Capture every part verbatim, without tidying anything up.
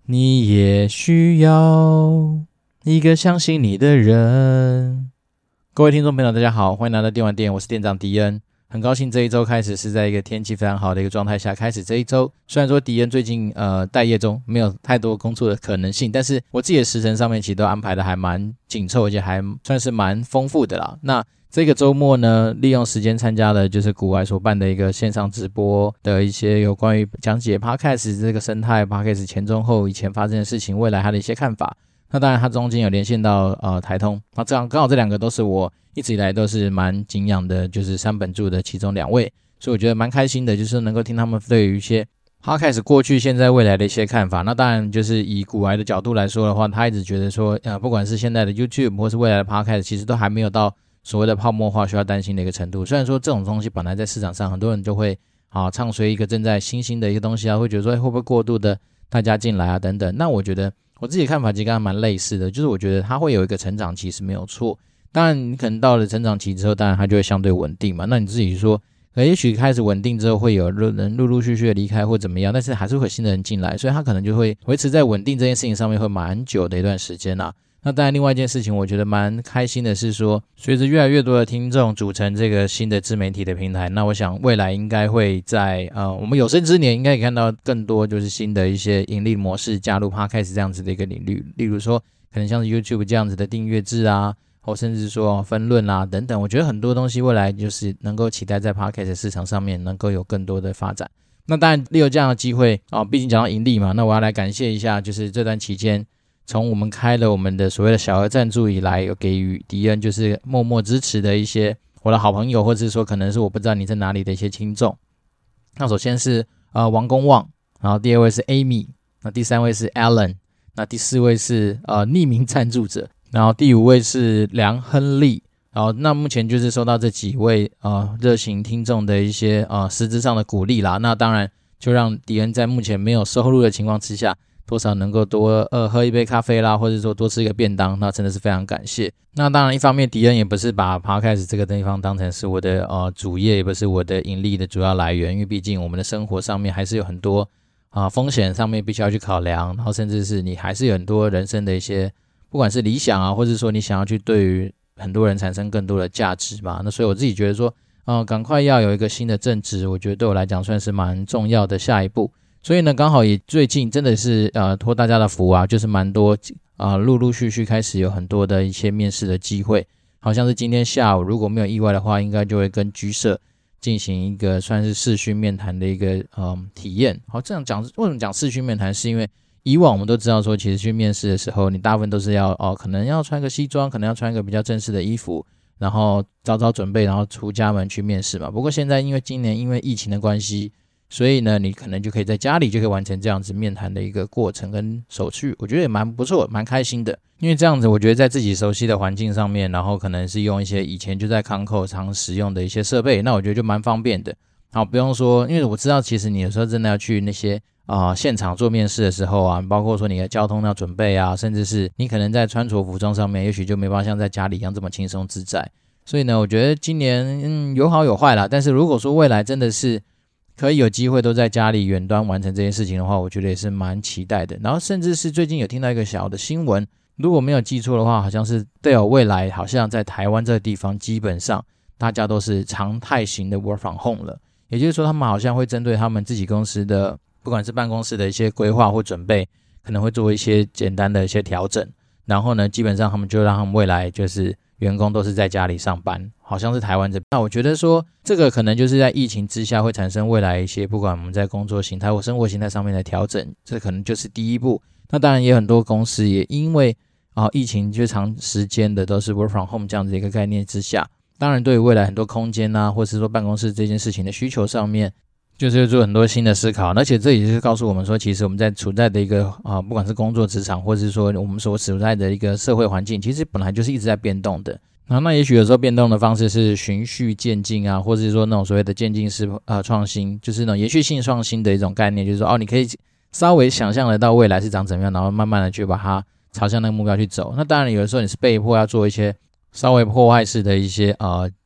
你也需要一个相信你的人。各位听众朋友大家好，欢迎来到电玩店，我是店长迪恩。很高兴这一周开始是在一个天气非常好的一个状态下开始这一周。虽然说迪恩最近呃待业中，没有太多工作的可能性，但是我自己的时程上面其实都安排的还蛮紧凑，而且还算是蛮丰富的啦。那这个周末呢，利用时间参加了就是股外所办的一个线上直播的一些有关于讲解 Podcast 这个生态 Podcast 前中后以前发生的事情，未来它的一些看法。那当然它中间有连线到呃台通，那这样刚好这两个都是我一直以来都是蛮敬仰的，就是三本柱的其中两位，所以我觉得蛮开心的，就是能够听他们对于一些 Podcast 过去现在未来的一些看法。那当然就是以股癌的角度来说的话，他一直觉得说呃不管是现在的 YouTube 或是未来的 Podcast 其实都还没有到所谓的泡沫化需要担心的一个程度。虽然说这种东西本来在市场上很多人就会啊唱衰一个正在新兴的一个东西啊，会觉得说、欸、会不会过度的大家进来啊等等。那我觉得我自己的看法其实跟他蛮类似的，就是我觉得它会有一个成长期是没有错，当然你可能到了成长期之后，当然它就会相对稳定嘛。那你自己说也许开始稳定之后会有人陆陆续续的离开或怎么样，但是还是会有新的人进来，所以它可能就会维持在稳定这件事情上面会蛮久的一段时间啦。那当然另外一件事情我觉得蛮开心的是说，随着越来越多的听众组成这个新的自媒体的平台，那我想未来应该会在呃我们有生之年应该可以看到更多就是新的一些盈利模式加入 Podcast 这样子的一个领域，例如说可能像是 YouTube 这样子的订阅制啊，或甚至说分论啊等等，我觉得很多东西未来就是能够期待在 Podcast 市场上面能够有更多的发展。那当然利用这样的机会啊，毕竟讲到盈利嘛，那我要来感谢一下就是这段期间从我们开了我们的所谓的小额赞助以来，有给予迪恩就是默默支持的一些我的好朋友，或者是说可能是我不知道你在哪里的一些听众。那首先是呃王公望，然后第二位是 Amy， 那第三位是 Alan， 那第四位是呃匿名赞助者，然后第五位是梁亨利。然后那目前就是收到这几位呃热情听众的一些呃实质上的鼓励啦，那当然就让迪恩在目前没有收入的情况之下，多少能够多呃喝一杯咖啡啦，或者说多吃一个便当，那真的是非常感谢。那当然一方面迪恩也不是把 Podcast 这个地方当成是我的呃主业，也不是我的盈利的主要来源，因为毕竟我们的生活上面还是有很多啊、呃、风险上面必须要去考量，然后甚至是你还是有很多人生的一些不管是理想啊，或者说你想要去对于很多人产生更多的价值嘛。那所以我自己觉得说呃赶快要有一个新的正职，我觉得对我来讲算是蛮重要的下一步。所以呢，刚好也最近真的是呃托大家的福啊，就是蛮多啊、呃、陆陆续续开始有很多的一些面试的机会，好像是今天下午如果没有意外的话，应该就会跟居社进行一个算是视讯面谈的一个嗯体验。好，这样讲为什么讲视讯面谈？是因为以往我们都知道说，其实去面试的时候，你大部分都是要哦可能要穿个西装，可能要穿一个比较正式的衣服，然后早早准备，然后出家门去面试嘛。不过现在因为今年因为疫情的关系，所以呢，你可能就可以在家里就可以完成这样子面谈的一个过程跟手续，我觉得也蛮不错，蛮开心的。因为这样子，我觉得在自己熟悉的环境上面，然后可能是用一些以前就在康扣常使用的一些设备，那我觉得就蛮方便的。好，不用说，因为我知道其实你有时候真的要去那些啊、呃、现场做面试的时候啊，包括说你的交通要准备啊，甚至是你可能在穿着服装上面，也许就没办法像在家里一样这么轻松自在。所以呢，我觉得今年嗯有好有坏啦，但是如果说未来真的是可以有机会都在家里远端完成这件事情的话，我觉得也是蛮期待的。然后甚至是最近有听到一个小的新闻，如果没有记错的话，好像是对哦，未来好像在台湾这个地方基本上大家都是常态型的 work from home 了，也就是说他们好像会针对他们自己公司的不管是办公室的一些规划或准备，可能会做一些简单的一些调整，然后呢基本上他们就让他们未来就是员工都是在家里上班，好像是台湾这边。那我觉得说这个可能就是在疫情之下会产生未来一些不管我们在工作形态或生活形态上面的调整，这可能就是第一步。那当然也有很多公司也因为啊、呃、疫情就长时间的都是 work from home 这样子一个概念之下，当然对于未来很多空间啊或是说办公室这件事情的需求上面，就是做很多新的思考。而且这也是告诉我们说，其实我们在处在的一个啊、呃，不管是工作职场或是说我们所处在的一个社会环境，其实本来就是一直在变动的。然后那也许有时候变动的方式是循序渐进啊，或者是说那种所谓的渐进式呃创新，就是那种延续性创新的一种概念，就是说哦，你可以稍微想象得到未来是长怎么样，然后慢慢的去把它朝向那个目标去走。那当然有的时候你是被迫要做一些稍微破坏式的一些呃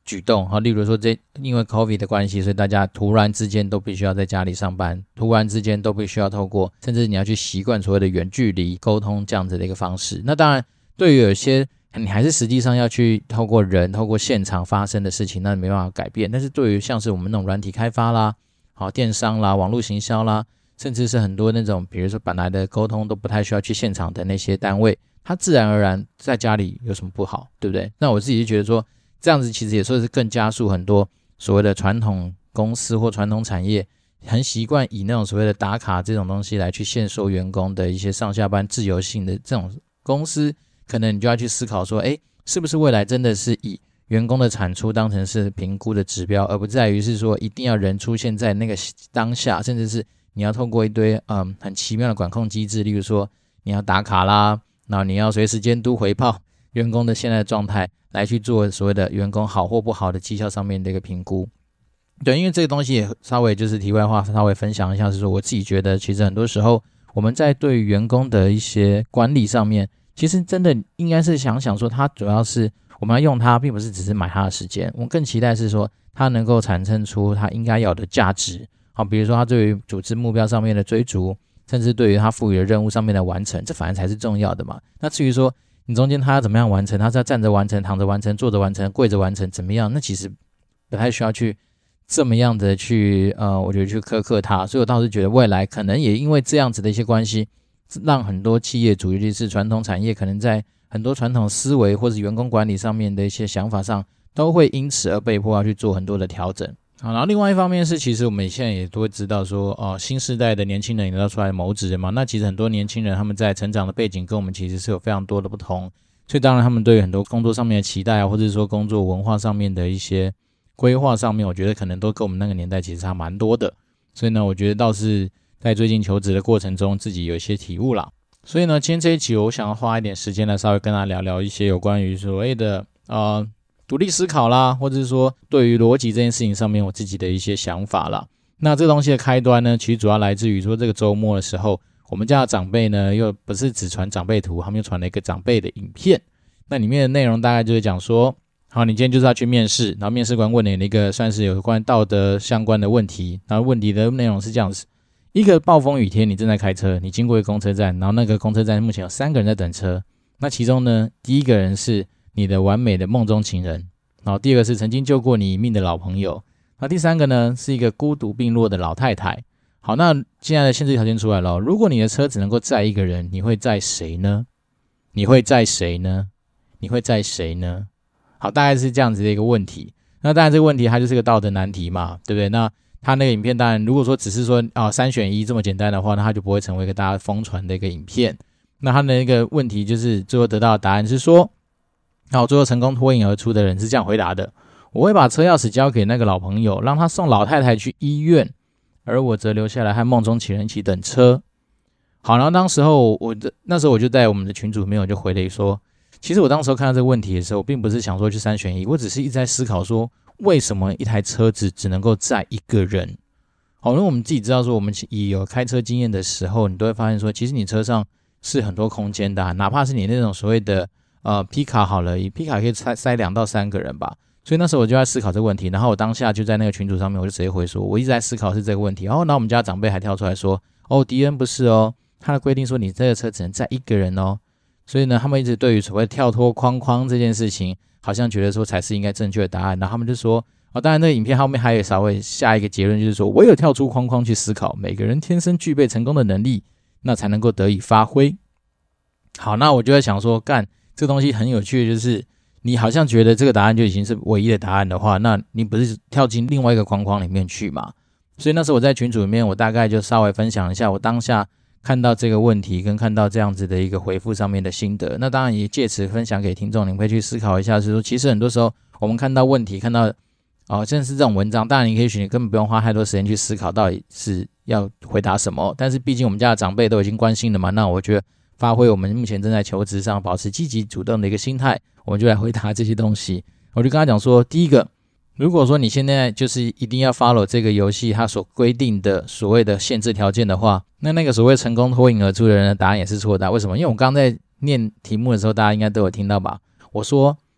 举动，例如说这因为 COVID 的关系，所以大家突然之间都必须要在家里上班，突然之间都必须要透过，甚至你要去习惯所谓的远距离沟通这样子的一个方式。那当然对于有些你还是实际上要去透过人透过现场发生的事情，那没办法改变。但是对于像是我们那种软体开发啦，好电商啦，网络行销啦，甚至是很多那种比如说本来的沟通都不太需要去现场的那些单位，它自然而然在家里有什么不好，对不对？那我自己就觉得说这样子其实也算是更加速很多所谓的传统公司或传统产业很习惯以那种所谓的打卡这种东西来去限收员工的一些上下班自由性的这种公司，可能你就要去思考说，诶，是不是未来真的是以员工的产出当成是评估的指标，而不在于是说一定要人出现在那个当下，甚至是你要透过一堆嗯很奇妙的管控机制，例如说你要打卡啦，然后你要随时监督回报员工的现在的状态，来去做所谓的员工好或不好的绩效上面的一个评估。对，因为这个东西也稍微就是题外话稍微分享一下，是说我自己觉得其实很多时候我们在对于员工的一些管理上面，其实真的应该是想想说他主要是我们要用它，并不是只是买它的时间，我们更期待是说它能够产生出它应该有的价值。好，比如说它对于组织目标上面的追逐，甚至对于它赋予的任务上面的完成，这反而才是重要的嘛。那至于说你中间他要怎么样完成，他是要站着完成、躺着完成、坐着完成、跪着完成怎么样，那其实不太需要去这么样的去呃，我觉得去苛刻它。所以我倒是觉得未来可能也因为这样子的一些关系，让很多企业主，尤其是传统产业，可能在很多传统思维或是员工管理上面的一些想法上，都会因此而被迫要去做很多的调整。好，然后另外一方面是，其实我们现在也都会知道说，哦，新世代的年轻人也都出来谋职了嘛。那其实很多年轻人他们在成长的背景跟我们其实是有非常多的不同，所以当然他们对于很多工作上面的期待啊，或者说工作文化上面的一些规划上面，我觉得可能都跟我们那个年代其实差蛮多的。所以呢，我觉得倒是在最近求职的过程中，自己有一些体悟啦。所以呢，今天这一集我想要花一点时间来稍微跟大家聊聊一些有关于所谓的呃独立思考啦，或者是说对于逻辑这件事情上面我自己的一些想法啦。那这个东西的开端呢，其实主要来自于说这个周末的时候，我们家的长辈呢又不是只传长辈图，他们又传了一个长辈的影片。那里面的内容大概就是讲说，好，你今天就是要去面试，然后面试官问你一个算是有关道德相关的问题，然后问题的内容是这样子：一个暴风雨天，你正在开车，你经过一个公车站，然后那个公车站目前有三个人在等车。那其中呢，第一个人是你的完美的梦中情人，然后第二个是曾经救过你一命的老朋友，那第三个呢是一个孤独病弱的老太太。好，那现在的限制条件出来了，如果你的车只能够载一个人，你会载谁呢？你会载谁呢？你会载谁呢？好，大概是这样子的一个问题。那当然这个问题它就是个道德难题嘛，对不对？那他那个影片当然如果说只是说啊三选一这么简单的话，那他就不会成为一个大家疯传的一个影片。那他的那个问题就是最后得到的答案是说，然后最后成功脱颖而出的人是这样回答的：我会把车钥匙交给那个老朋友，让他送老太太去医院，而我则留下来和梦中情人一起等车。好，然后当时候我的那时候我就在我们的群组里面我就回了说，其实我当时候看到这个问题的时候，我并不是想说去三选一，我只是一直在思考说，为什么一台车子只能够载一个人？好，因为我们自己知道说，我们以有开车经验的时候，你都会发现说，其实你车上是很多空间的、啊，哪怕是你那种所谓的呃皮卡好了，以皮卡可以塞塞两到三个人吧。所以那时候我就在思考这个问题，然后我当下就在那个群组上面，我就直接回说，我一直在思考是这个问题。然后，然后我们家长辈还跳出来说，哦，迪恩不是哦，他的规定说你这个车只能载一个人哦。所以呢，他们一直对于所谓跳脱框框这件事情，好像觉得说才是应该正确的答案。然后他们就说，哦，当然那个影片后面还有稍微下一个结论，就是说唯有跳出框框去思考，每个人天生具备成功的能力，那才能够得以发挥。好，那我就在想说，干这个东西很有趣的就是，你好像觉得这个答案就已经是唯一的答案的话，那你不是跳进另外一个框框里面去嘛？所以那时候我在群组里面，我大概就稍微分享一下我当下看到这个问题跟看到这样子的一个回复上面的心得。那当然也借此分享给听众，你们可以去思考一下，是说其实很多时候我们看到问题，看到哦，真的是这种文章，当然你可以选，你根本不用花太多时间去思考到底是要回答什么。但是毕竟我们家的长辈都已经关心了嘛，那我觉得发挥我们目前正在求职上保持积极主动的一个心态，我们就来回答这些东西。我就跟他讲说，第一个，如果说你现在就是一定要 follow 这个游戏它所规定的所谓的限制条件的话，那那个所谓成功脱颖而出的人的答案也是错的。为什么？因为我刚刚在念题目的时候，大家应该都有听到吧？我说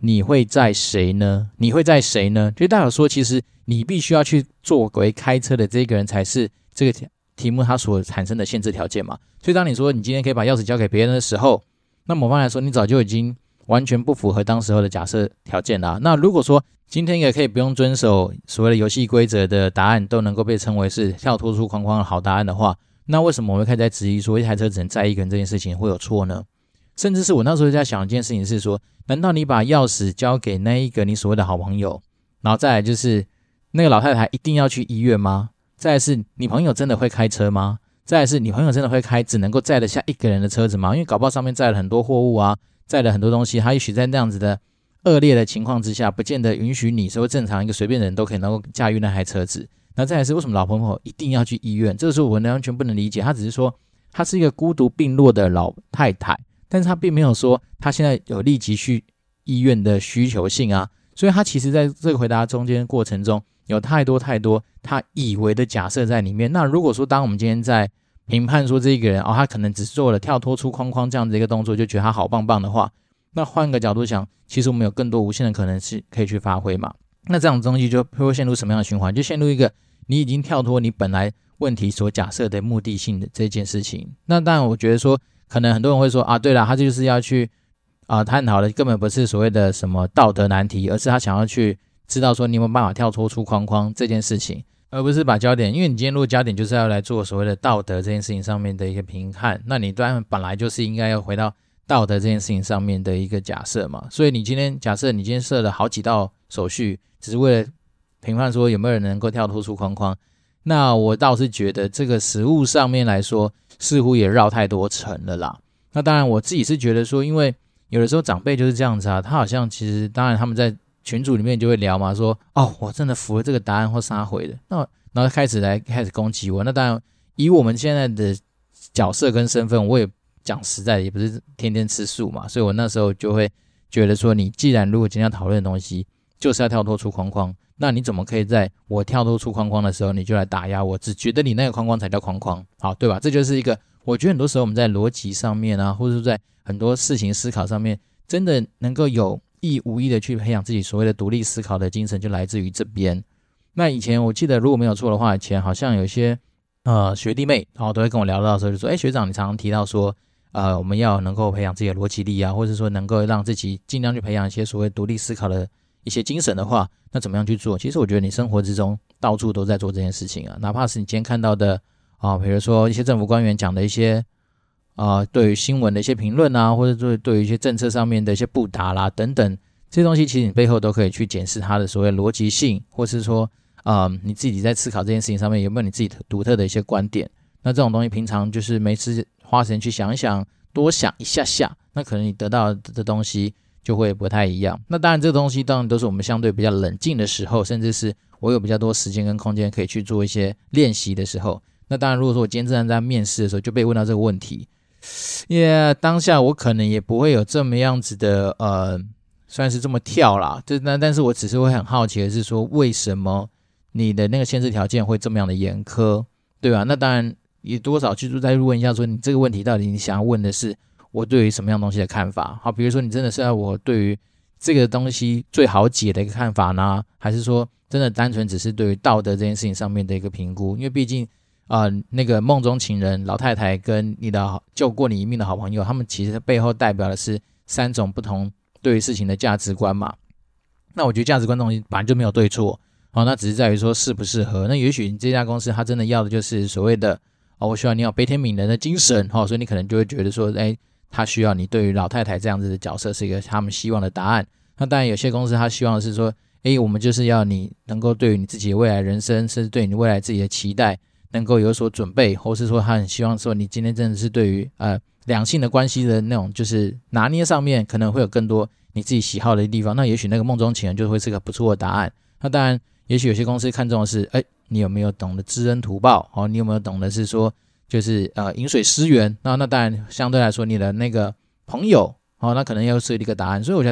你会在谁呢？你会在谁呢？就代表说，其实你必须要去作为开车的这个人，才是这个题目它所产生的限制条件嘛。所以当你说你今天可以把钥匙交给别人的时候，那某方来说，你早就已经完全不符合当时候的假设条件啦。那如果说今天也可以不用遵守所谓的游戏规则的答案都能够被称为是跳脱出框框的好答案的话，那为什么我们会开始在质疑说一台车只能载一个人这件事情会有错呢？甚至是我那时候在想一件事情是说，难道你把钥匙交给那一个你所谓的好朋友，然后再来就是那个老太太一定要去医院吗？再来是你朋友真的会开车吗？再来是你朋友真的会开只能够载得下一个人的车子吗？因为搞不好上面载了很多货物啊，载了很多东西，他也许在那样子的恶劣的情况之下，不见得允许你说正常一个随便的人都可以能够驾驭那台车子。那再来是为什么老朋友一定要去医院？这个时候我完全不能理解，他只是说他是一个孤独病弱的老太太，但是他并没有说他现在有立即去医院的需求性啊，所以他其实在这个回答中间过程中有太多太多他以为的假设在里面。那如果说当我们今天在评判说这个人哦，他可能只做了跳脱出框框这样的一个动作，就觉得他好棒棒的话，那换个角度想，其实我们有更多无限的可能是可以去发挥嘛。那这种东西就会陷入什么样的循环？就陷入一个你已经跳脱你本来问题所假设的目的性的这件事情。那当然我觉得说可能很多人会说啊，对了，他就是要去啊探讨的根本不是所谓的什么道德难题，而是他想要去知道说你有没有办法跳脱出框框这件事情，而不是把焦点，因为你今天如果焦点就是要来做所谓的道德这件事情上面的一个评判，那你当然本来就是应该要回到道德这件事情上面的一个假设嘛。所以你今天假设你今天设了好几道手续，只是为了评判说有没有人能够跳脱出框框，那我倒是觉得这个实务上面来说似乎也绕太多层了啦。那当然我自己是觉得说，因为有的时候长辈就是这样子啊，他好像其实当然他们在群组里面就会聊嘛，说哦我真的服了这个答案或杀回的，那然后开始来开始攻击我。那当然以我们现在的角色跟身份，我也讲实在的也不是天天吃素嘛，所以我那时候就会觉得说，你既然如果今天要讨论的东西就是要跳脱出框框，那你怎么可以在我跳脱出框框的时候你就来打压我，只觉得你那个框框才叫框框，好对吧？这就是一个我觉得很多时候我们在逻辑上面啊，或者是在很多事情思考上面真的能够有意无意的去培养自己所谓的独立思考的精神，就来自于这边。那以前我记得如果没有错的话，以前好像有一些呃学弟妹然后都会跟我聊到的时候就说，哎，学长你常常提到说呃我们要能够培养自己的逻辑力啊，或者说能够让自己尽量去培养一些所谓独立思考的一些精神的话，那怎么样去做？其实我觉得你生活之中到处都在做这件事情啊，哪怕是你今天看到的啊、呃，比如说一些政府官员讲的一些啊、呃，对于新闻的一些评论啊，或者对对于一些政策上面的一些布达啦等等，这些东西其实你背后都可以去检视它的所谓逻辑性，或是说啊、呃，你自己在思考这件事情上面有没有你自己独特的一些观点。那这种东西平常就是没事花时间去想一想，多想一下下，那可能你得到的东西就会不太一样。那当然这个东西当然都是我们相对比较冷静的时候，甚至是我有比较多时间跟空间可以去做一些练习的时候。那当然如果说我今天正在面试的时候就被问到这个问题，也、yeah, 当下我可能也不会有这么样子的呃，算是这么跳啦，但但是我只是会很好奇的是说，为什么你的那个限制条件会这么样的严苛，对吧？那当然也多少去再问一下说，你这个问题到底你想要问的是我对于什么样东西的看法？好，比如说你真的是要我对于这个东西最好解的一个看法呢，还是说真的单纯只是对于道德这件事情上面的一个评估？因为毕竟呃，那个梦中情人老太太跟你的救过你一命的好朋友，他们其实背后代表的是三种不同对于事情的价值观嘛。那我觉得价值观这东西本来就没有对错，哦，那只是在于说适不适合。那也许你这家公司他真的要的就是所谓的哦，我需要你有悲天悯人的精神，哦，所以你可能就会觉得说，哎，他需要你对于老太太这样子的角色是一个他们希望的答案。那当然有些公司他希望的是说，哎，我们就是要你能够对于你自己的未来人生，甚至对你未来自己的期待能够有所准备，或是说他很希望说你今天真的是对于呃两性的关系的那种就是拿捏上面可能会有更多你自己喜好的地方，那也许那个梦中情人就会是个不错的答案。那当然也许有些公司看重的是，哎，你有没有懂得知恩图报，哦，你有没有懂得是说就是呃饮水思源，那那当然相对来说你的那个朋友，哦，那可能又是一个答案。所以我才说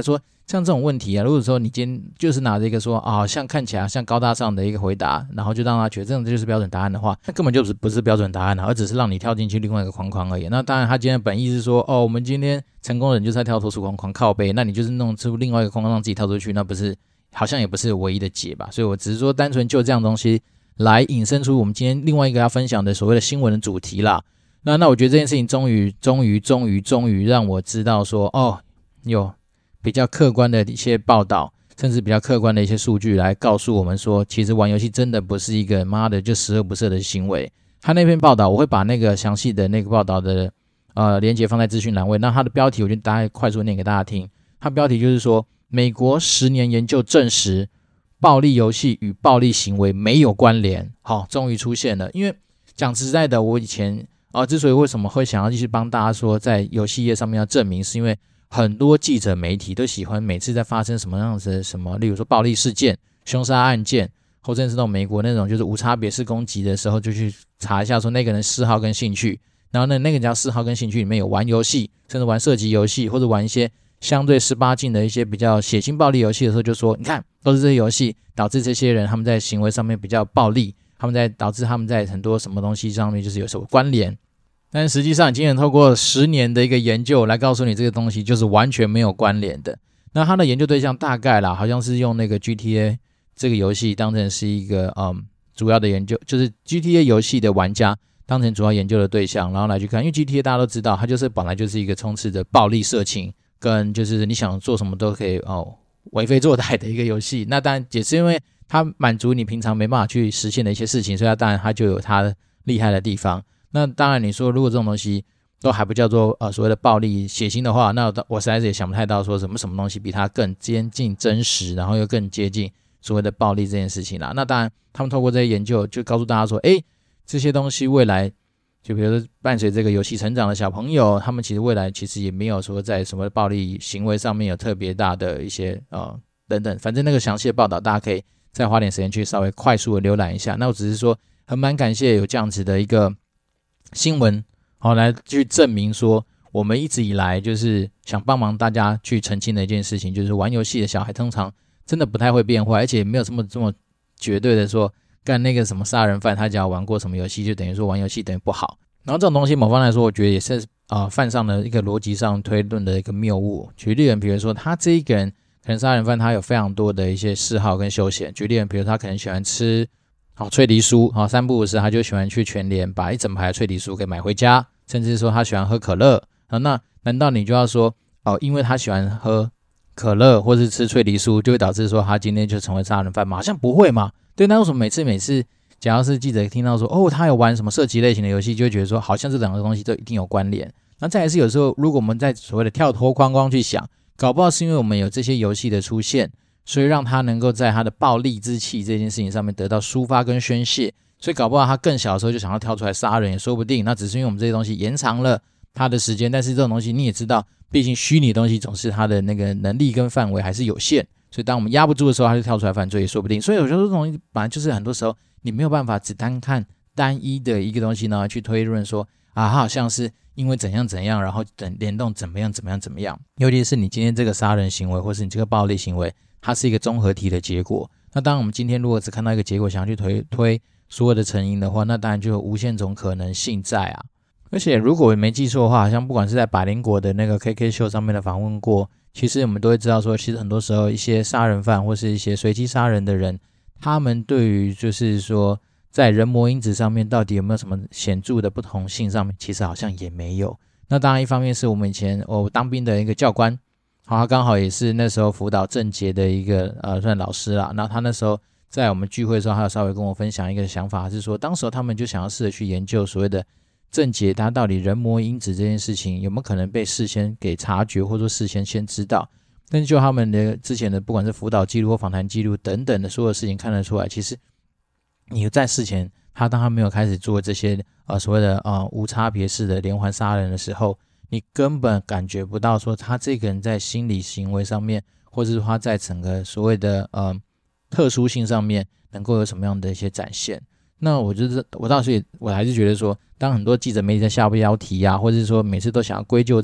像这种问题啊，如果说你今天就是拿着一个说啊，像看起来像高大上的一个回答，然后就让他觉得这种就是标准答案的话，那根本就不是不是标准答案啊，而只是让你跳进去另外一个框框而已。那当然，他今天的本意是说，哦，我们今天成功人就是在跳脱出框框靠背，那你就是弄出另外一个框框让自己跳出去，那不是好像也不是唯一的解吧？所以我只是说单纯就这样东西来引申出我们今天另外一个要分享的所谓的新闻的主题啦。那那我觉得这件事情终于终于终于终于让我知道说，哦，有比较客观的一些报道，甚至比较客观的一些数据来告诉我们说，其实玩游戏真的不是一个妈的就十恶不赦的行为。他那篇报道我会把那个详细的那个报道的呃连结放在资讯栏位，那他的标题我就大概快速念给大家听。他标题就是说，美国十年研究证实暴力游戏与暴力行为没有关联。好，终于出现了。因为讲实在的，我以前啊、呃，之所以为什么会想要继续帮大家说在游戏业上面要证明，是因为很多记者媒体都喜欢每次在发生什么样子的什么，例如说暴力事件、凶杀案件，或者是那种美国那种就是无差别式攻击的时候，就去查一下说那个人嗜好跟兴趣，然后呢，那个人家嗜好跟兴趣里面有玩游戏，甚至玩射击游戏，或者玩一些相对十八禁的一些比较血腥暴力游戏的时候，就说你看都是这些游戏导致这些人他们在行为上面比较暴力，他们在导致他们在很多什么东西上面就是有什么关联。但实际上，今天透过十年的一个研究来告诉你，这个东西就是完全没有关联的。那他的研究对象大概啦，好像是用那个 G T A 这个游戏当成是一个嗯主要的研究，就是 G T A 游戏的玩家当成主要研究的对象，然后来去看，因为 G T A 大家都知道，它就是本来就是一个充斥着暴力、色情跟就是你想做什么都可以哦为非作歹的一个游戏。那当然也是因为它满足你平常没办法去实现的一些事情，所以它当然它就有它厉害的地方。那当然你说如果这种东西都还不叫做呃所谓的暴力血腥的话，那我实在是也想不太到说什么什么东西比它更接近真实，然后又更接近所谓的暴力这件事情啦。那当然他们透过这些研究就告诉大家说，诶，这些东西未来就比如说伴随这个游戏成长的小朋友，他们其实未来其实也没有说在什么暴力行为上面有特别大的一些呃等等，反正那个详细的报道大家可以再花点时间去稍微快速的浏览一下。那我只是说很蛮感谢有这样子的一个新闻，好来去证明说我们一直以来就是想帮忙大家去澄清的一件事情，就是玩游戏的小孩通常真的不太会变坏，而且没有这么这么绝对的说干那个什么杀人犯他只要玩过什么游戏就等于说玩游戏等于不好。然后这种东西某方来说我觉得也是啊、呃、犯上了一个逻辑上推论的一个谬误。举例人比如说他这一个人可能杀人犯他有非常多的一些嗜好跟休闲，举例人比如他可能喜欢吃好脆梨酥，好三不五时他就喜欢去全联把一整排的脆梨酥给买回家，甚至说他喜欢喝可乐。那难道你就要说哦，因为他喜欢喝可乐或是吃脆梨酥就会导致说他今天就成为杀人犯吗？好像不会嘛。对，那为什么每次每次假如是记者听到说哦他有玩什么射击类型的游戏，就会觉得说好像这两个东西都一定有关联。那再来是有时候如果我们在所谓的跳脱框框去想，搞不好是因为我们有这些游戏的出现，所以让他能够在他的暴力之气这件事情上面得到抒发跟宣泄，所以搞不好他更小的时候就想要跳出来杀人也说不定。那只是因为我们这些东西延长了他的时间，但是这种东西你也知道，毕竟虚拟的东西总是他的那个能力跟范围还是有限，所以当我们压不住的时候他就跳出来犯罪也说不定。所以我觉得这种东西本来就是很多时候你没有办法只单看单一的一个东西呢去推论说啊他好像是因为怎样怎样然后等联动怎么样怎么样怎么样，尤其是你今天这个杀人行为或是你这个暴力行为它是一个综合体的结果。那当然我们今天如果只看到一个结果想要去推推所有的成因的话，那当然就有无限种可能性在啊。而且如果我没记错的话，好像不管是在百灵果的那个 K K 秀上面的访问过，其实我们都会知道说，其实很多时候一些杀人犯或是一些随机杀人的人，他们对于就是说在人魔因子上面到底有没有什么显著的不同性上面，其实好像也没有。那当然一方面是我们以前我、哦、当兵的一个教官，好，他刚好也是那时候辅导政协的一个呃算老师啦。那他那时候在我们聚会的时候，他有稍微跟我分享一个想法，是说当时候他们就想要试着去研究所谓的政协他到底人魔因子这件事情有没有可能被事先给察觉，或者说事先先知道。但是就他们的之前的不管是辅导记录或访谈记录等等的所有事情看得出来，其实你在事前他当他没有开始做这些呃所谓的呃无差别式的连环杀人的时候，你根本感觉不到说他这个人在心理行为上面，或者是他在整个所谓的呃特殊性上面能够有什么样的一些展现。那我觉得我倒是也我还是觉得说，当很多记者媒体在下标题啊，或者是说每次都想要归咎在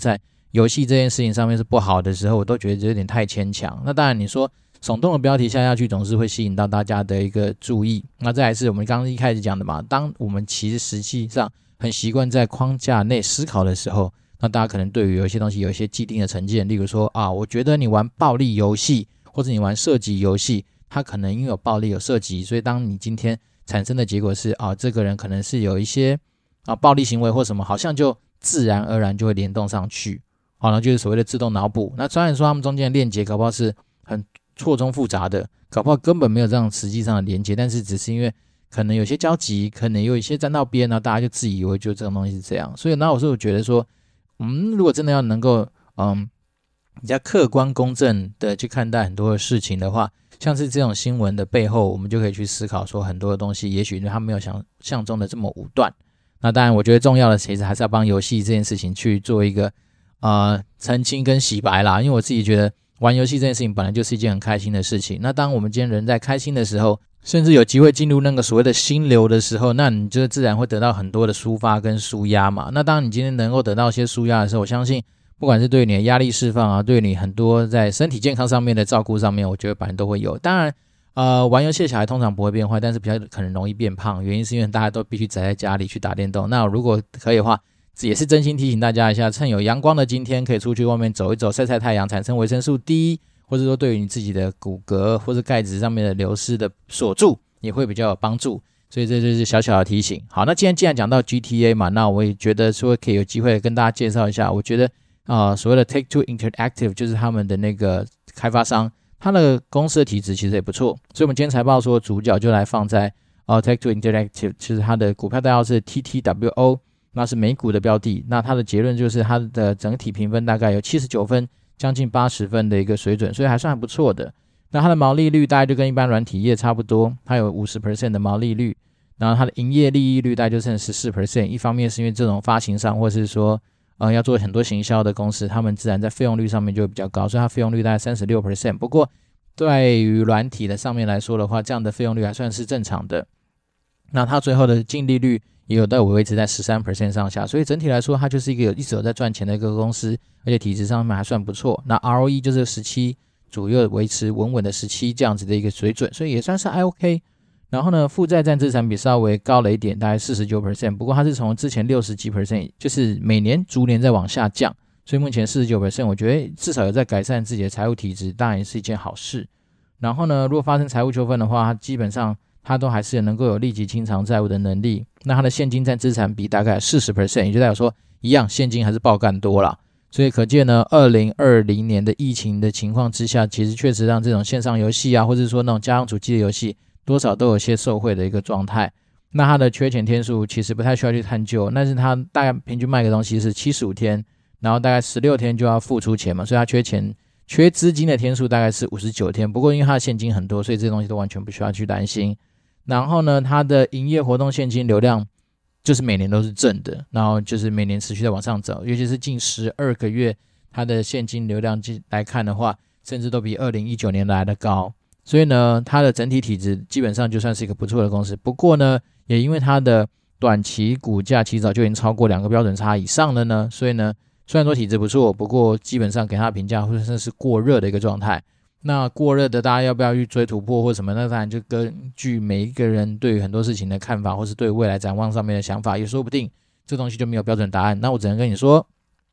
游戏这件事情上面是不好的时候，我都觉得有点太牵强。那当然你说耸动的标题下下去总是会吸引到大家的一个注意，那再来是我们刚刚一开始讲的嘛，当我们其实实际上很习惯在框架内思考的时候，那大家可能对于有一些东西有一些既定的成见，例如说啊，我觉得你玩暴力游戏或者你玩射击游戏，它可能因为有暴力有射击，所以当你今天产生的结果是啊，这个人可能是有一些啊暴力行为或什么，好像就自然而然就会联动上去，好，那就是所谓的自动脑补。那虽然说他们中间的链接搞不好是很错综复杂的，搞不好根本没有这样实际上的连接，但是只是因为可能有些交集，可能有一些沾到边，然后大家就自以为就这种东西是这样。所以那我是觉得说，嗯，如果真的要能够嗯比较客观公正的去看待很多的事情的话，像是这种新闻的背后，我们就可以去思考说很多的东西也许它没有想象中的这么武断。那当然我觉得重要的其实还是要帮游戏这件事情去做一个呃澄清跟洗白啦，因为我自己觉得玩游戏这件事情本来就是一件很开心的事情。那当我们今天人在开心的时候，甚至有机会进入那个所谓的心流的时候，那你就自然会得到很多的抒发跟抒压嘛。那当你今天能够得到一些抒压的时候，我相信不管是对你的压力释放啊，对你很多在身体健康上面的照顾上面，我觉得本来都会有。当然呃，玩游戏的小孩通常不会变坏，但是比较可能容易变胖，原因是因为大家都必须宅在家里去打电动。那如果可以的话，也是真心提醒大家一下，趁有阳光的今天可以出去外面走一走，晒晒太阳，产生维生素 D， 或者说对于你自己的骨骼或者钙质上面的流失的锁住也会比较有帮助，所以这就是小小的提醒。好，那今天既然讲到 G T A 嘛，那我也觉得说可以有机会跟大家介绍一下，我觉得呃所谓的 Take-Two Interactive 就是他们的那个开发商，他的公司的体质其实也不错，所以我们今天财报说主角就来放在呃 Take-Two Interactive， 其实它的股票代号是 T T W O， 那是美股的标的。那它的结论就是它的整体评分大概有七十九分，将近八十分的一个水准，所以还算还不错的。那它的毛利率大概就跟一般软体业差不多，它有 百分之五十 的毛利率，然后它的营业利益率大概就剩 百分之十四， 一方面是因为这种发行商或是说呃要做很多行销的公司，他们自然在费用率上面就会比较高，所以它费用率大概 百分之三十六。 不过对于软体的上面来说的话，这样的费用率还算是正常的。那它最后的净利率也有在维持在 百分之十三 上下，所以整体来说它就是一个一直有在赚钱的一个公司，而且体质上面还算不错。那 R O E 就是十七左右，维持稳稳的十七这样子的一个水准，所以也算是还 OK。然后呢，负债占资产比稍微高了一点，大概 百分之四十九， 不过它是从之前六十几 percent， 就是每年逐年在往下降，所以目前 百分之四十九， 我觉得至少有在改善自己的财务体质，当然也是一件好事。然后呢，如果发生财务纠纷的话，它基本上它都还是能够有立即清偿债务的能力。那它的现金占资产比大概 百分之四十， 也就代表说一样现金还是爆干多啦。所以可见呢，二零二零年的疫情的情况之下，其实确实让这种线上游戏啊，或者说那种家用主机的游戏多少都有些受惠的一个状态。那它的缺钱天数其实不太需要去探究，但是它大概平均卖个东西是七十五天，然后大概十六天就要付出钱嘛，所以它缺钱缺资金的天数大概是五十九天。不过因为它的现金很多，所以这些东西都完全不需要去担心。然后呢，它的营业活动现金流量就是每年都是正的，然后就是每年持续在往上走，尤其是近十二个月它的现金流量来看的话，甚至都比二零一九年来的高。所以呢，它的整体体质基本上就算是一个不错的公司。不过呢，也因为它的短期股价其实早就已经超过两个标准差以上了呢，所以呢，虽然说体质不错，不过基本上给它的评价会算是过热的一个状态。那过热的大家要不要去追突破或什么，那当然就根据每一个人对于很多事情的看法，或是对未来展望上面的想法，也说不定这东西就没有标准答案。那我只能跟你说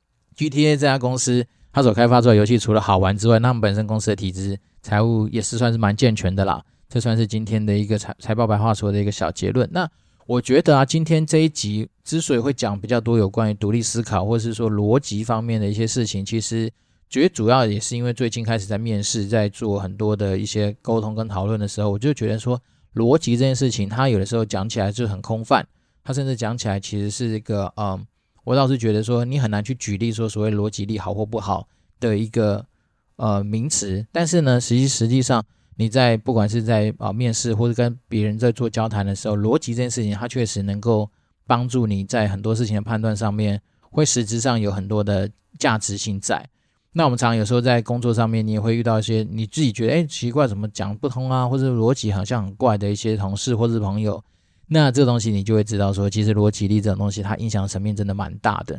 G T A 这家公司它所开发出来的游戏除了好玩之外，那他们本身公司的体质财务也是算是蛮健全的啦，这算是今天的一个财财报白话说的一个小结论。那我觉得啊，今天这一集之所以会讲比较多有关于独立思考或是说逻辑方面的一些事情，其实觉得主要也是因为最近开始在面试，在做很多的一些沟通跟讨论的时候，我就觉得说逻辑这件事情它有的时候讲起来就很空泛，它甚至讲起来其实是一个嗯，我倒是觉得说你很难去举例说所谓逻辑力好或不好的一个呃名词。但是呢，实际实际上你在不管是在啊、呃、面试或者跟别人在做交谈的时候，逻辑这件事情它确实能够帮助你在很多事情的判断上面会实质上有很多的价值性在。那我们常常有时候在工作上面，你也会遇到一些你自己觉得哎奇怪怎么讲不通啊，或者逻辑好像很怪的一些同事或者朋友，那这个东西你就会知道说，其实逻辑力这种东西它影响层面真的蛮大的。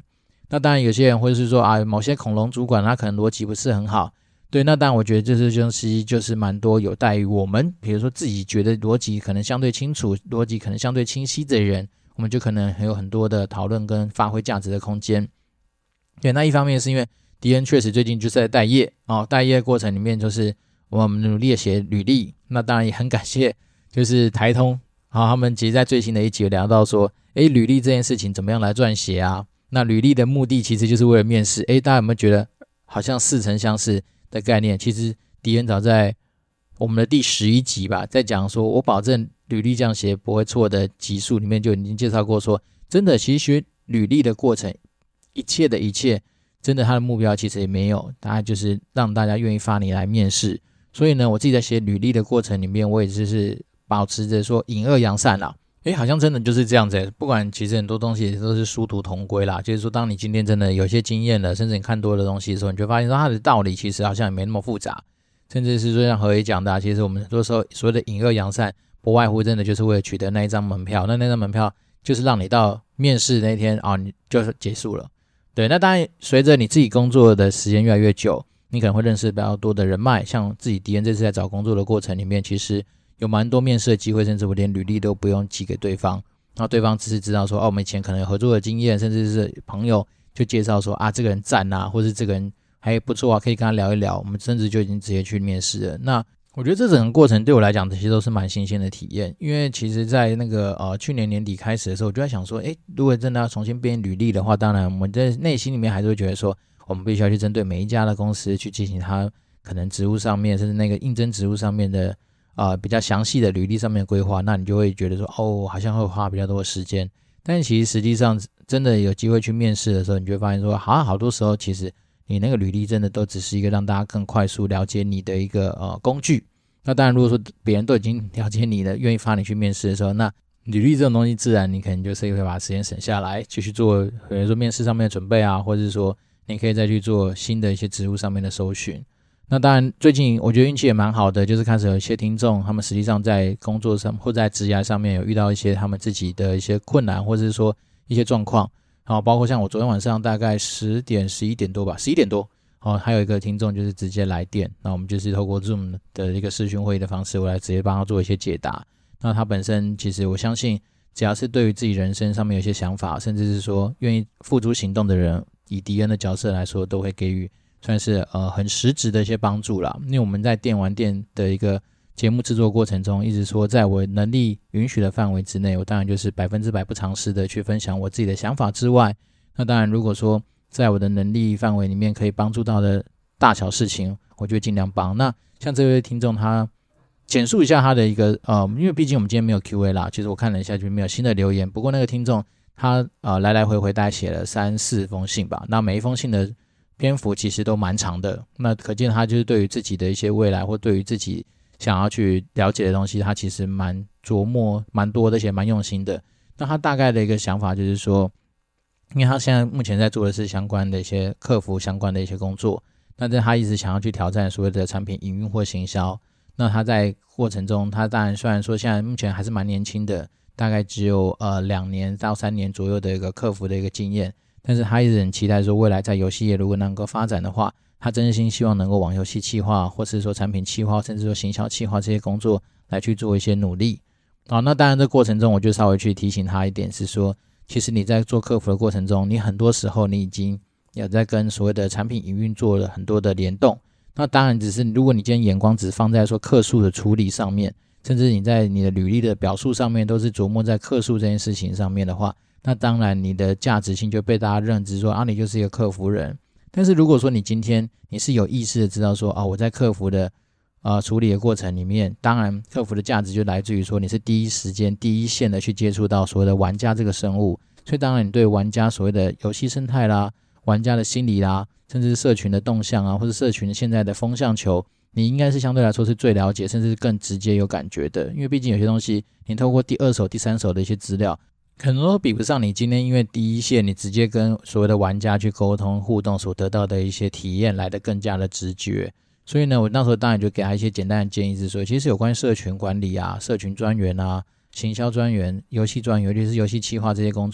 那当然有些人或者是说啊，某些恐龙主管他可能逻辑不是很好，对，那当然我觉得这些东西就是蛮多有待于我们，比如说自己觉得逻辑可能相对清楚，逻辑可能相对清晰的人，我们就可能有很多的讨论跟发挥价值的空间。对，那一方面是因为迪恩确实最近就是在待业哦，待业的过程里面就是我们努力的写履历，那当然也很感谢就是台通好、哦，他们其实在最新的一集有聊到说，诶，履历这件事情怎么样来撰写啊？那履历的目的其实就是为了面试，诶，大家有没有觉得好像似曾相识的概念？其实迪恩早在我们的第十一集吧，在讲说我保证履历这样写不会错的集数里面就已经介绍过说，真的其实学履历的过程，一切的一切，真的他的目标其实也没有，大概就是让大家愿意发你来面试。所以呢，我自己在写履历的过程里面，我也就是保持着说隐恶扬善啦。诶，好像真的就是这样子，不管其实很多东西都是殊途同归啦，就是说当你今天真的有些经验了，甚至你看多的东西的时候，你就发现说它的道理其实好像也没那么复杂，甚至是说像何伟讲的、啊、其实我们很多时候所谓的隐恶扬善不外乎真的就是为了取得那一张门票，那那张门票就是让你到面试那天啊，你就结束了。对，那当然随着你自己工作的时间越来越久，你可能会认识比较多的人脉，像自己迪恩这次在找工作的过程里面，其实有蛮多面试的机会，甚至我连履历都不用寄给对方，然后对方只是知道说，哦，我们以前可能有合作的经验，甚至是朋友就介绍说啊，这个人赞啊，或是这个人还不错啊，可以跟他聊一聊，我们甚至就已经直接去面试了。那我觉得这整个过程对我来讲，其实都是蛮新鲜的体验，因为其实在那个呃去年年底开始的时候，我就在想说，诶，如果真的要重新编履历的话，当然我们在内心里面还是会觉得说，我们必须要去针对每一家的公司去进行它可能职务上面，甚至那个应征职务上面的呃比较详细的履历上面的规划，那你就会觉得说，哦，好像会花比较多的时间。但是其实实际上真的有机会去面试的时候，你就会发现说，好像好多时候其实你那个履历真的都只是一个让大家更快速了解你的一个呃工具。那当然如果说别人都已经了解你了，愿意发你去面试的时候，那履历这种东西自然你可能就是会把时间省下来，继续做比如说面试上面的准备啊，或者是说你可以再去做新的一些职务上面的搜寻。那当然最近我觉得运气也蛮好的，就是开始有一些听众他们实际上在工作上或在职涯上面有遇到一些他们自己的一些困难，或者是说一些状况，然后包括像我昨天晚上大概十点十一点多吧，十一点多哦，还有一个听众就是直接来电，那我们就是透过 Zoom 的一个视讯会议的方式，我来直接帮他做一些解答。那他本身其实我相信，只要是对于自己人生上面有一些想法，甚至是说愿意付诸行动的人，以迪恩的角色来说，都会给予算是呃很实质的一些帮助啦。因为我们在电玩店的一个节目制作过程中，一直说在我能力允许的范围之内，我当然就是百分之百不藏私的去分享我自己的想法之外，那当然如果说在我的能力范围里面可以帮助到的大小事情，我就尽量帮。那像这位听众他简述一下他的一个呃，因为毕竟我们今天没有 Q A 啦，其实我看了一下就没有新的留言。不过那个听众他呃来来回回大概写了三四封信吧，那每一封信的篇幅其实都蛮长的，那可见他就是对于自己的一些未来或对于自己想要去了解的东西，他其实蛮琢磨蛮多的，而且蛮用心的。那他大概的一个想法就是说，因为他现在目前在做的是相关的一些客服相关的一些工作，那他一直想要去挑战所谓的产品营运或行销。那他在过程中，他当然虽然说现在目前还是蛮年轻的，大概只有呃两年到三年左右的一个客服的一个经验，但是他一直很期待说未来在游戏业如果能够发展的话，他真心希望能够往游戏企划或是说产品企划甚至说行销企划这些工作来去做一些努力。好，那当然这过程中我就稍微去提醒他一点是说，其实你在做客服的过程中，你很多时候你已经有在跟所谓的产品营运做了很多的联动。那当然只是如果你今天眼光只放在说客诉的处理上面，甚至你在你的履历的表述上面都是琢磨在客诉这件事情上面的话，那当然你的价值性就被大家认知说啊，你就是一个客服人。但是如果说你今天你是有意识的知道说啊，我在客服的呃处理的过程里面，当然客服的价值就来自于说你是第一时间第一线的去接触到所谓的玩家这个生物，所以当然你对玩家所谓的游戏生态啦、玩家的心理啦，甚至是社群的动向啊，或者社群现在的风向球，你应该是相对来说是最了解，甚至是更直接有感觉的。因为毕竟有些东西你透过第二手第三手的一些资料，可能都比不上你今天因为第一线你直接跟所谓的玩家去沟通互动所得到的一些体验来的更加的直觉。所以呢，我那时候当然就给他一些简单的建议，是说其实有关社群管理啊、社群专员啊、行销专员、游戏专员，尤其是游戏企划这些工作，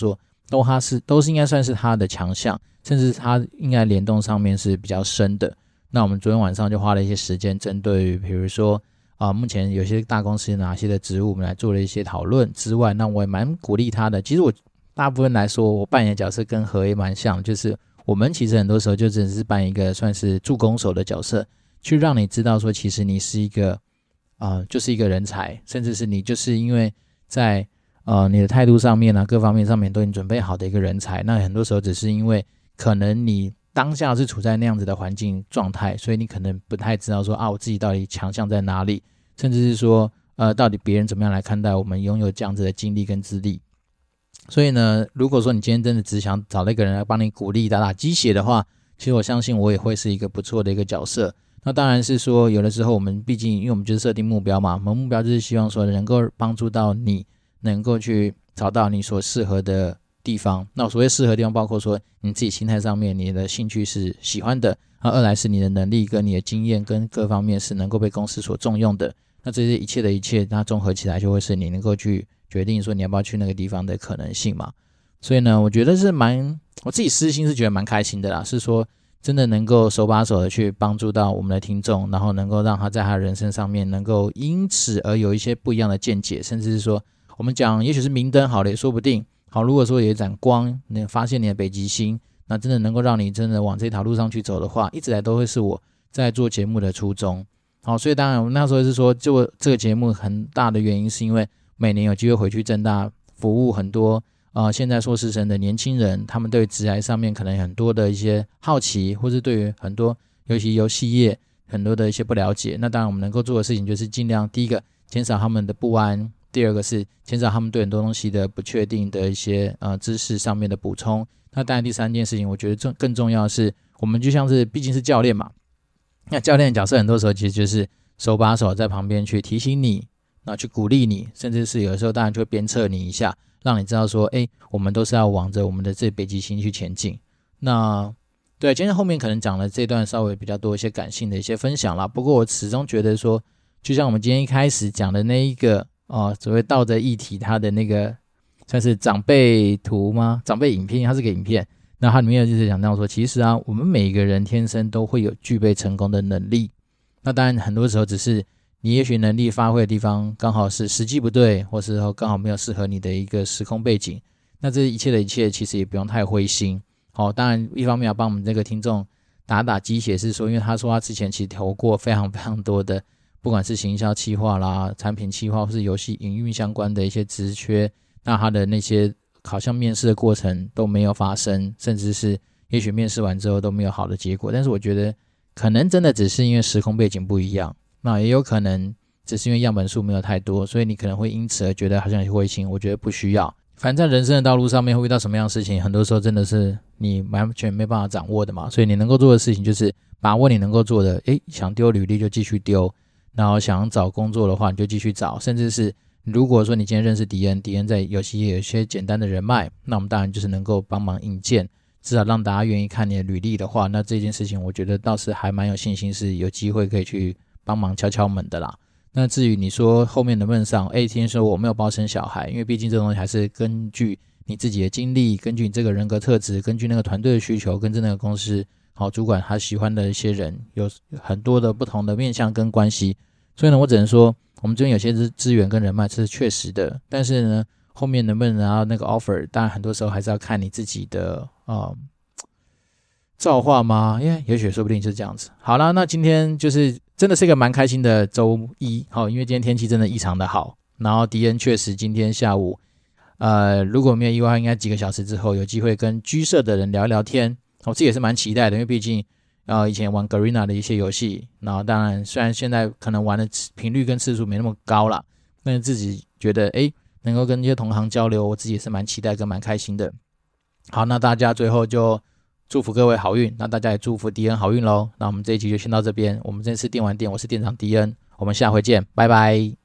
都他是都是应该算是他的强项，甚至他应该联动上面是比较深的。那我们昨天晚上就花了一些时间，针对于比如说啊、呃，目前有些大公司有哪些的职务，我们来做了一些讨论之外，那我也蛮鼓励他的。其实我大部分来说，我扮演的角色跟何也蛮像，就是我们其实很多时候就只是扮演一个算是助攻手的角色，去让你知道说，其实你是一个啊、呃，就是一个人才，甚至是你就是因为在呃你的态度上面啊，各方面上面都已经准备好的一个人才。那很多时候只是因为可能你当下是处在那样子的环境状态，所以你可能不太知道说啊，我自己到底强项在哪里，甚至是说呃，到底别人怎么样来看待我们拥有这样子的经历跟资历。所以呢，如果说你今天真的只想找那个人来帮你鼓励打打鸡血的话，其实我相信我也会是一个不错的一个角色。那当然是说有的时候我们毕竟因为我们就是设定目标嘛，我们目标就是希望说能够帮助到你能够去找到你所适合的地方。那所谓适合的地方包括说你自己心态上面你的兴趣是喜欢的，那二来是你的能力跟你的经验跟各方面是能够被公司所重用的。那这些一切的一切那综合起来就会是你能够去决定说你要不要去那个地方的可能性嘛。所以呢，我觉得是蛮，我自己私心是觉得蛮开心的啦，是说真的能够手把手的去帮助到我们的听众，然后能够让他在他的人生上面能够因此而有一些不一样的见解，甚至是说我们讲也许是明灯好了也说不定。好，如果说有一盏光你发现你的北极星，那真的能够让你真的往这条路上去走的话，一直来都会是我在做节目的初衷。好，所以当然我们那时候是说就这个节目很大的原因是因为每年有机会回去政大服务很多呃现在硕士生的年轻人，他们对职涯上面可能很多的一些好奇，或是对于很多尤其游戏业很多的一些不了解。那当然我们能够做的事情就是尽量第一个减少他们的不安，第二个是减少他们对很多东西的不确定的一些呃知识上面的补充。那当然第三件事情我觉得更重要的是我们就像是毕竟是教练嘛，那教练的角色很多时候其实就是手把手在旁边去提醒你，那去鼓励你，甚至是有的时候当然就会鞭策你一下，让你知道说诶我们都是要往着我们的这北极星去前进。那对，今天后面可能讲了这段稍微比较多一些感性的一些分享啦，不过我始终觉得说就像我们今天一开始讲的那一个哦，所谓道德议题，它的那个算是长辈图吗？长辈影片，它是个影片。那它里面就是讲到说，其实啊，我们每个人天生都会有具备成功的能力。那当然，很多时候只是你也许能力发挥的地方刚好是时机不对，或是刚好没有适合你的一个时空背景。那这一切的一切，其实也不用太灰心。好、哦，当然一方面要帮我们这个听众打打鸡血，是说，因为他说他之前其实投过非常非常多的。不管是行销企划啦、产品企划或是游戏营运相关的一些职缺，那他的那些好像面试的过程都没有发生，甚至是也许面试完之后都没有好的结果。但是我觉得可能真的只是因为时空背景不一样，那也有可能只是因为样本数没有太多，所以你可能会因此而觉得好像有灰心。我觉得不需要，反正在人生的道路上面会遇到什么样的事情，很多时候真的是你完全没办法掌握的嘛。所以你能够做的事情就是把握你能够做的，诶，想丢履历就继续丢。然后想找工作的话你就继续找，甚至是如果说你今天认识迪恩，迪恩在游戏业有一些简单的人脉，那我们当然就是能够帮忙引荐，至少让大家愿意看你的履历的话，那这件事情我觉得倒是还蛮有信心是有机会可以去帮忙敲敲门的啦。那至于你说后面能不能上，诶，听说我没有包生小孩，因为毕竟这东西还是根据你自己的经历，根据你这个人格特质，根据那个团队的需求，跟着那个公司好主管他喜欢的一些人，有很多的不同的面向跟关系。所以呢，我只能说我们这边有些资源跟人脉是确实的，但是呢后面能不能拿到那个 offer， 当然很多时候还是要看你自己的呃造化吗？因为也许说不定是这样子。好啦，那今天就是真的是一个蛮开心的周一，好，因为今天天气真的异常的好，然后迪恩确实今天下午呃如果没有意外应该几个小时之后有机会跟居社的人聊一聊天，我自己也是蛮期待的，因为毕竟呃，以前玩 Garena 的一些游戏，然后当然虽然现在可能玩的频率跟次数没那么高啦，但是自己觉得诶能够跟一些同行交流，我自己也是蛮期待跟蛮开心的。好，那大家最后就祝福各位好运，那大家也祝福迪恩好运咯。那我们这一集就先到这边，我们这次电玩店，我是店长迪恩，我们下回见，拜拜。